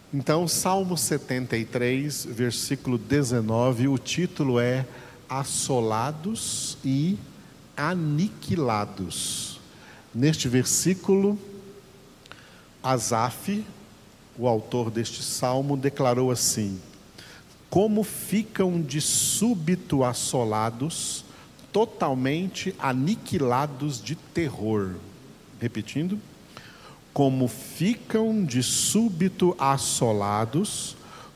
Então, Salmo 73, versículo 19, o título é Assolados e Aniquilados. Neste versículo, Asaf, o autor deste salmo, declarou assim: como ficam de súbito assolados, totalmente aniquilados de terror. Repetindo: como ficam de súbito assolados,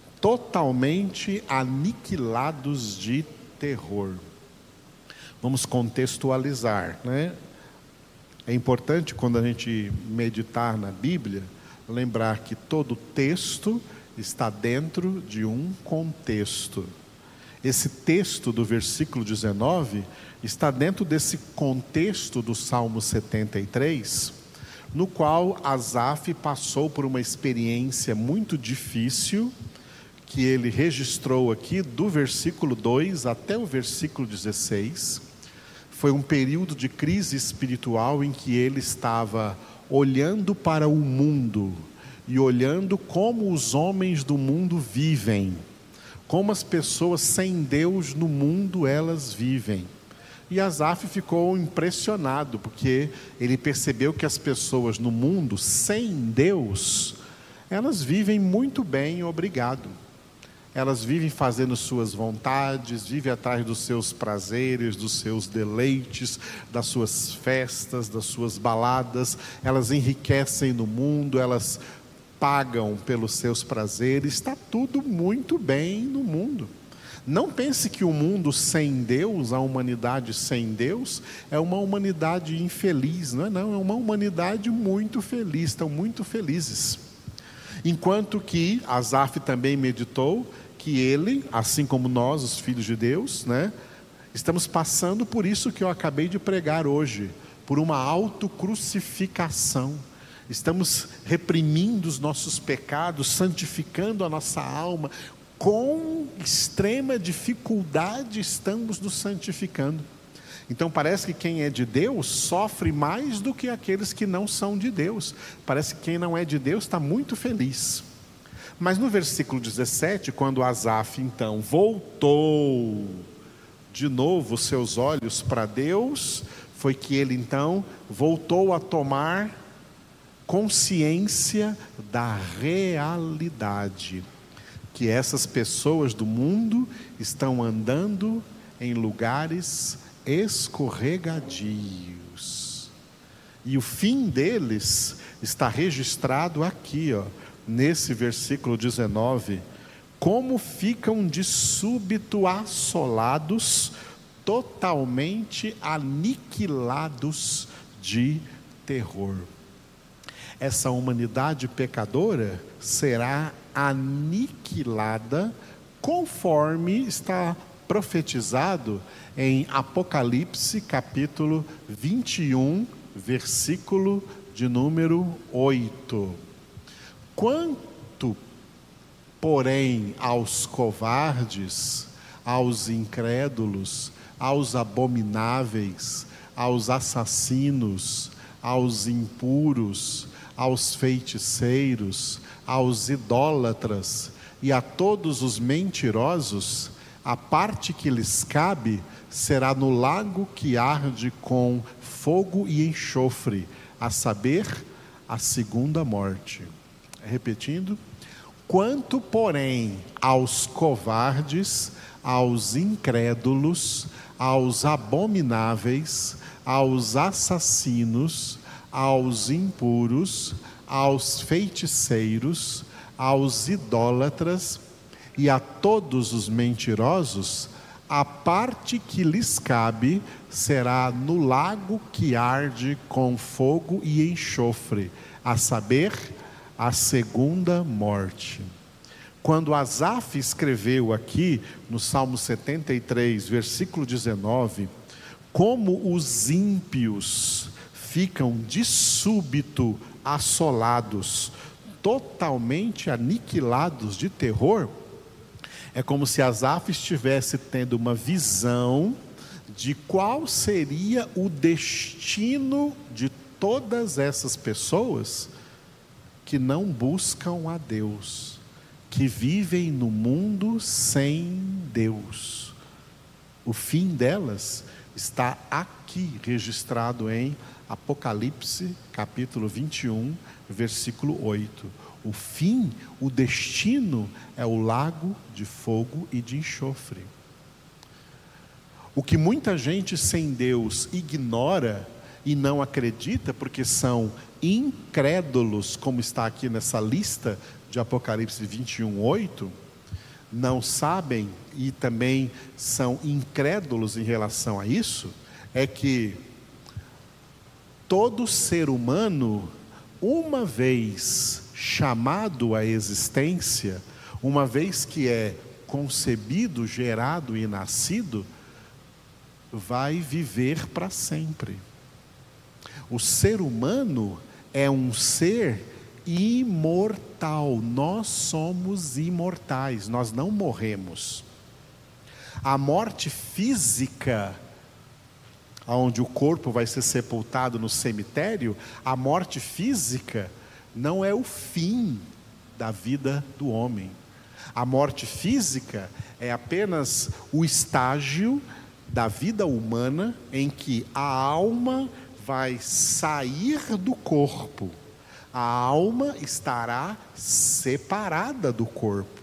totalmente aniquilados de terror. Vamos contextualizar, né? É importante, quando a gente meditar na Bíblia, lembrar que todo texto está dentro de um contexto. Esse texto do versículo 19 está dentro desse contexto do Salmo 73, no qual Asaf passou por uma experiência muito difícil, que ele registrou aqui do versículo 2 até o versículo 16. Foi um período de crise espiritual em que ele estava olhando para o mundo e olhando como os homens do mundo vivem, como as pessoas sem Deus no mundo elas vivem. E Asaf ficou impressionado, porque ele percebeu que as pessoas no mundo sem Deus, elas vivem muito bem, obrigado. Elas vivem fazendo suas vontades, vivem atrás dos seus prazeres, dos seus deleites, das suas festas, das suas baladas. Elas enriquecem no mundo, elas pagam pelos seus prazeres. Está tudo muito bem no mundo. Não pense que o mundo sem Deus, a humanidade sem Deus, é uma humanidade infeliz. Não, é uma humanidade muito feliz, estão muito felizes. Enquanto que Asaf também meditou que ele, assim como nós, os filhos de Deus, né, estamos passando por isso que eu acabei de pregar hoje, por uma autocrucificação. Estamos reprimindo os nossos pecados, santificando a nossa alma. Com extrema dificuldade estamos nos santificando. Então parece que quem é de Deus sofre mais do que aqueles que não são de Deus. Parece que quem não é de Deus está muito feliz. Mas no versículo 17, quando Asaf então voltou de novo os seus olhos para Deus, foi que ele então voltou a tomar consciência da realidade, que essas pessoas do mundo estão andando em lugares escorregadios. E o fim deles está registrado aqui, nesse versículo 19. Como ficam de súbito assolados, totalmente aniquilados de terror. Essa humanidade pecadora será aniquilada, conforme está profetizado em Apocalipse capítulo 21, versículo de número 8. Quanto, porém, aos covardes, aos incrédulos, aos abomináveis, aos assassinos, aos impuros, aos feiticeiros, aos idólatras e a todos os mentirosos, a parte que lhes cabe será no lago que arde com fogo e enxofre, a saber, a segunda morte. Repetindo: quanto, porém, aos covardes, aos incrédulos, aos abomináveis, aos assassinos, aos impuros, aos feiticeiros, aos idólatras e a todos os mentirosos, a parte que lhes cabe será no lago que arde com fogo e enxofre, a saber, a segunda morte. Quando Asaf escreveu aqui no Salmo 73, versículo 19, como os ímpios ficam de súbito assolados, totalmente aniquilados de terror, é como se Asaf estivesse tendo uma visão de qual seria o destino de todas essas pessoas que não buscam a Deus, que vivem no mundo sem Deus. O fim delas está aqui registrado em Apocalipse, capítulo 21, versículo 8. O fim, o destino é o lago de fogo e de enxofre. O que muita gente sem Deus ignora e não acredita, porque são incrédulos, como está aqui nessa lista de Apocalipse 21, 8, não sabem e também são incrédulos em relação a isso, é que todo ser humano, uma vez chamado à existência, uma vez que é concebido, gerado e nascido, vai viver para sempre. O ser humano é um ser imortal. Nós somos imortais, nós não morremos. A morte física, onde o corpo vai ser sepultado no cemitério, a morte física não é o fim da vida do homem. A morte física é apenas o estágio da vida humana em que a alma vai sair do corpo. A alma estará separada do corpo.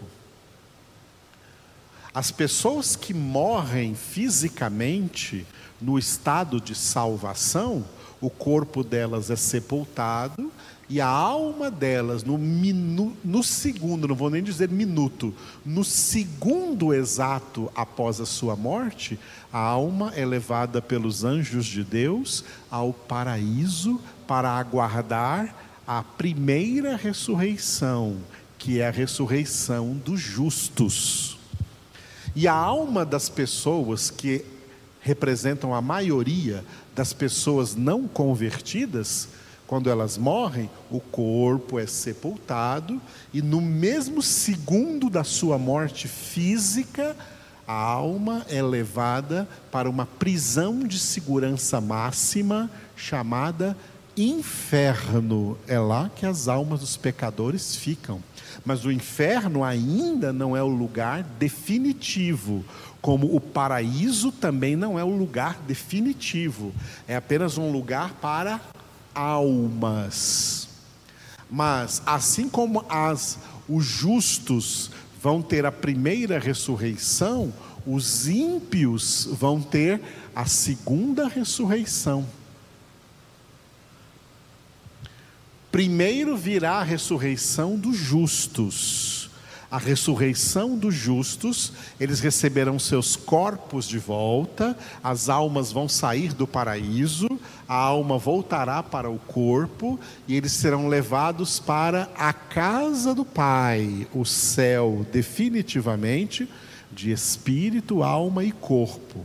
As pessoas que morrem fisicamente no estado de salvação, o corpo delas é sepultado e a alma delas, no segundo, não vou nem dizer minuto, no segundo exato após a sua morte, a alma é levada pelos anjos de Deus ao paraíso para aguardar a primeira ressurreição, que é a ressurreição dos justos. E a alma das pessoas que representam a maioria das pessoas não convertidas, quando elas morrem, o corpo é sepultado e no mesmo segundo da sua morte física, a alma é levada para uma prisão de segurança máxima chamada inferno. É lá que as almas dos pecadores ficam. Mas o inferno ainda não é o lugar definitivo, como o paraíso também não é o lugar definitivo. É apenas um lugar para almas. Mas assim como os justos vão ter a primeira ressurreição, os ímpios vão ter a segunda ressurreição. Primeiro virá a ressurreição dos justos. A ressurreição dos justos, eles receberão seus corpos de volta, as almas vão sair do paraíso, a alma voltará para o corpo e eles serão levados para a casa do Pai, o céu, definitivamente, de espírito, alma e corpo.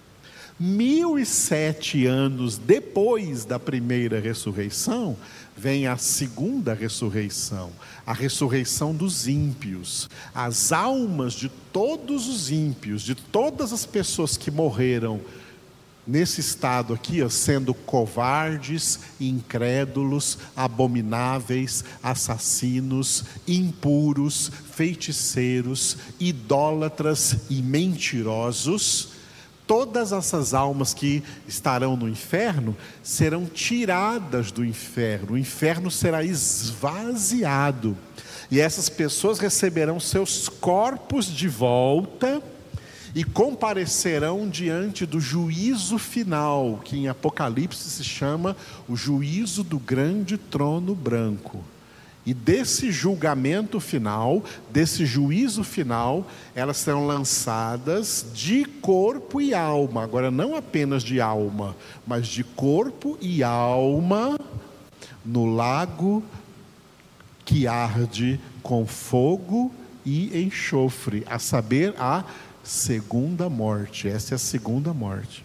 1007 anos depois da primeira ressurreição, vem a segunda ressurreição, a ressurreição dos ímpios. As almas de todos os ímpios, de todas as pessoas que morreram nesse estado aqui, sendo covardes, incrédulos, abomináveis, assassinos, impuros, feiticeiros, idólatras e mentirosos, todas essas almas que estarão no inferno serão tiradas do inferno. O inferno será esvaziado. E essas pessoas receberão seus corpos de volta e comparecerão diante do juízo final, que em Apocalipse se chama o juízo do grande trono branco. E desse julgamento final, desse juízo final, elas serão lançadas de corpo e alma. Agora, não apenas de alma, mas de corpo e alma no lago que arde com fogo e enxofre, a saber, a segunda morte. Essa é a segunda morte.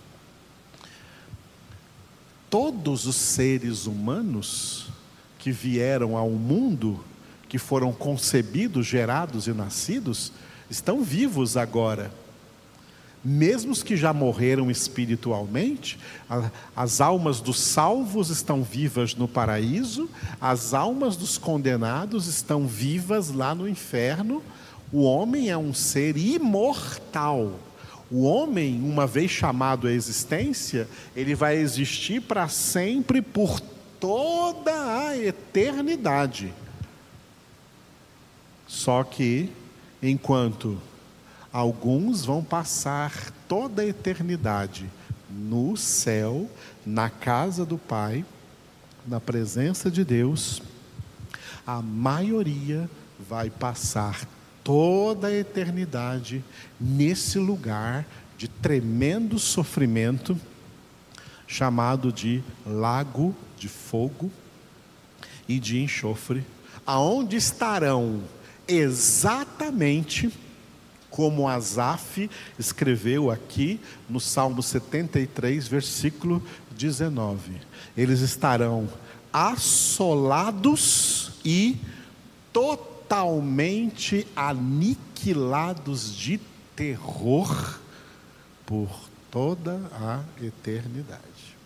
Todos os seres humanos que vieram ao mundo, que foram concebidos, gerados e nascidos, estão vivos agora. Mesmo os que já morreram espiritualmente, as almas dos salvos estão vivas no paraíso, as almas dos condenados estão vivas lá no inferno. O homem é um ser imortal. O homem, uma vez chamado à existência, ele vai existir para sempre, por toda a eternidade. Só que, enquanto alguns vão passar toda a eternidade no céu, na casa do Pai, na presença de Deus, a maioria vai passar toda a eternidade nesse lugar de tremendo sofrimento, chamado de lago de fogo e de enxofre, aonde estarão exatamente como Asaf escreveu aqui no Salmo 73, versículo 19. Eles estarão assolados e totalmente aniquilados de terror por toda a eternidade.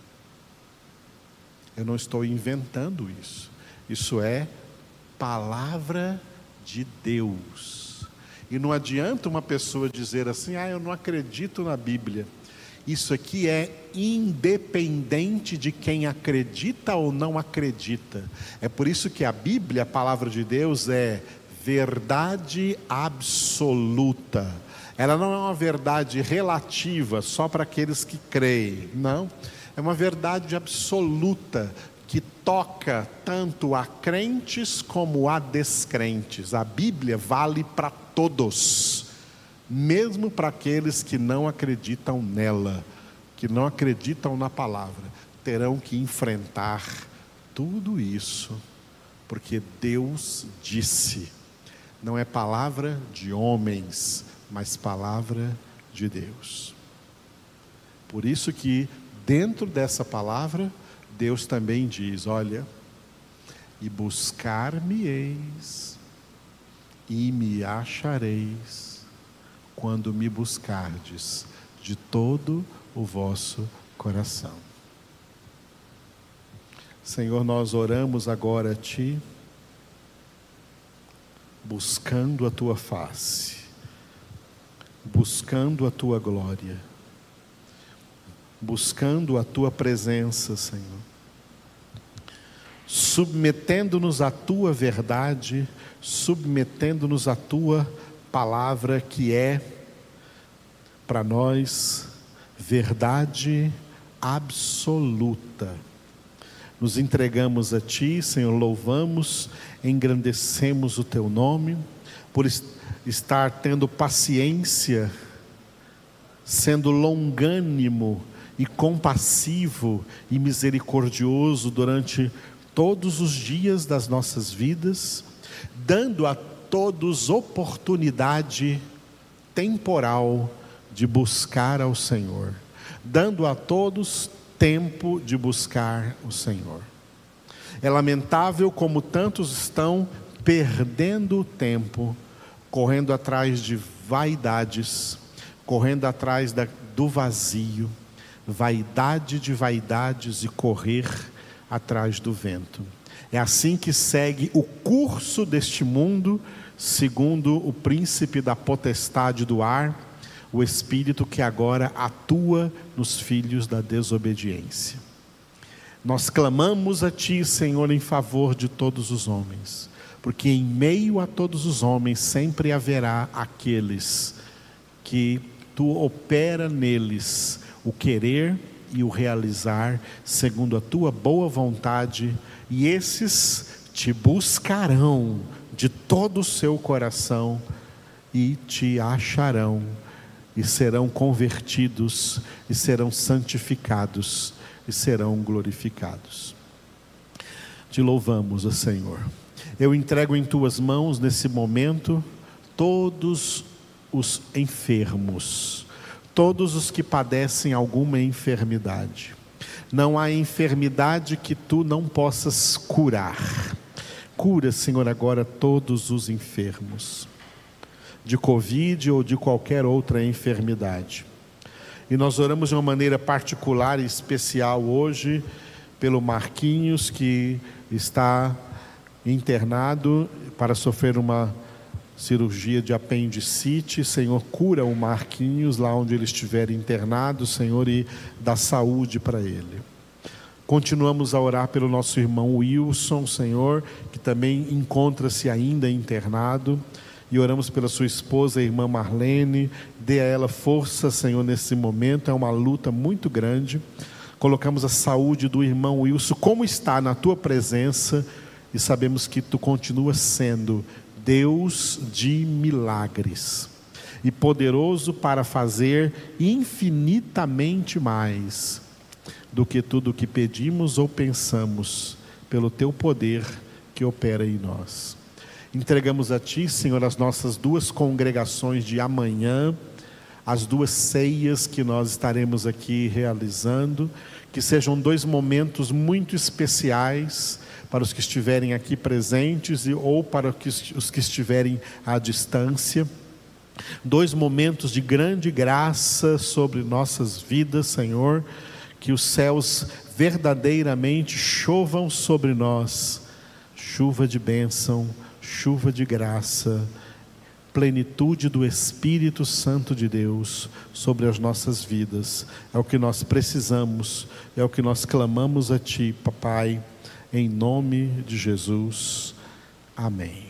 Eu não estou inventando isso. Isso é palavra de Deus. E não adianta uma pessoa dizer assim: eu não acredito na Bíblia. Isso aqui é independente de quem acredita ou não acredita. É por isso que a Bíblia, a palavra de Deus, é verdade absoluta. Ela não é uma verdade relativa só para aqueles que creem. Não, é uma verdade absoluta, que toca tanto a crentes como a descrentes. A Bíblia vale para todos, mesmo para aqueles que não acreditam nela, que não acreditam na palavra, terão que enfrentar tudo isso, porque Deus disse. Não é palavra de homens, mas palavra de Deus. Por isso que dentro dessa palavra, Deus também diz: olha, e buscar-me-eis, e me achareis, quando me buscardes de todo o vosso coração. Senhor, nós oramos agora a Ti, buscando a Tua face, buscando a Tua glória, buscando a Tua presença, Senhor, submetendo-nos à Tua verdade, submetendo-nos à Tua palavra, que é para nós verdade absoluta. Nos entregamos a Ti, Senhor, louvamos, engrandecemos o Teu nome, por estar tendo paciência, sendo longânimo e compassivo e misericordioso durante todos os dias das nossas vidas, dando a todos oportunidade temporal de buscar ao Senhor, dando a todos tempo de buscar o Senhor. É lamentável como tantos estão perdendo o tempo, correndo atrás de vaidades, correndo atrás do vazio, vaidade de vaidades e correr atrás do vento. É assim que segue o curso deste mundo, segundo o príncipe da potestade do ar, o espírito que agora atua nos filhos da desobediência. Nós clamamos a Ti, Senhor, em favor de todos os homens, porque em meio a todos os homens sempre haverá aqueles que Tu opera neles o querer e o realizar segundo a Tua boa vontade, e esses Te buscarão de todo o seu coração e Te acharão, e serão convertidos, e serão santificados, e serão glorificados. Te louvamos, ó Senhor. Eu entrego em Tuas mãos nesse momento todos os enfermos, todos os que padecem alguma enfermidade. Não há enfermidade que Tu não possas curar. Cura, Senhor, agora todos os enfermos de Covid ou de qualquer outra enfermidade. E nós oramos de uma maneira particular e especial hoje pelo Marquinhos, que está internado para sofrer uma cirurgia de apendicite. Senhor, cura o Marquinhos lá onde ele estiver internado, Senhor, e dá saúde para ele. Continuamos a orar pelo nosso irmão Wilson, Senhor, que também encontra-se ainda internado. E oramos pela sua esposa, a irmã Marlene. Dê a ela força, Senhor, nesse momento. É uma luta muito grande. Colocamos a saúde do irmão Wilson, como está na tua presença, e sabemos que tu continuas sendo Deus de milagres e poderoso para fazer infinitamente mais do que tudo o que pedimos ou pensamos, pelo teu poder que opera em nós. Entregamos a ti, Senhor, as nossas 2 congregações de amanhã, as 2 ceias que nós estaremos aqui realizando, que sejam 2 momentos muito especiais para os que estiverem aqui presentes ou para os que estiverem à distância. 2 momentos de grande graça sobre nossas vidas, Senhor, que os céus verdadeiramente chovam sobre nós, chuva de bênção, chuva de graça, plenitude do Espírito Santo de Deus sobre as nossas vidas. É o que nós precisamos, é o que nós clamamos a ti, papai, em nome de Jesus. Amém.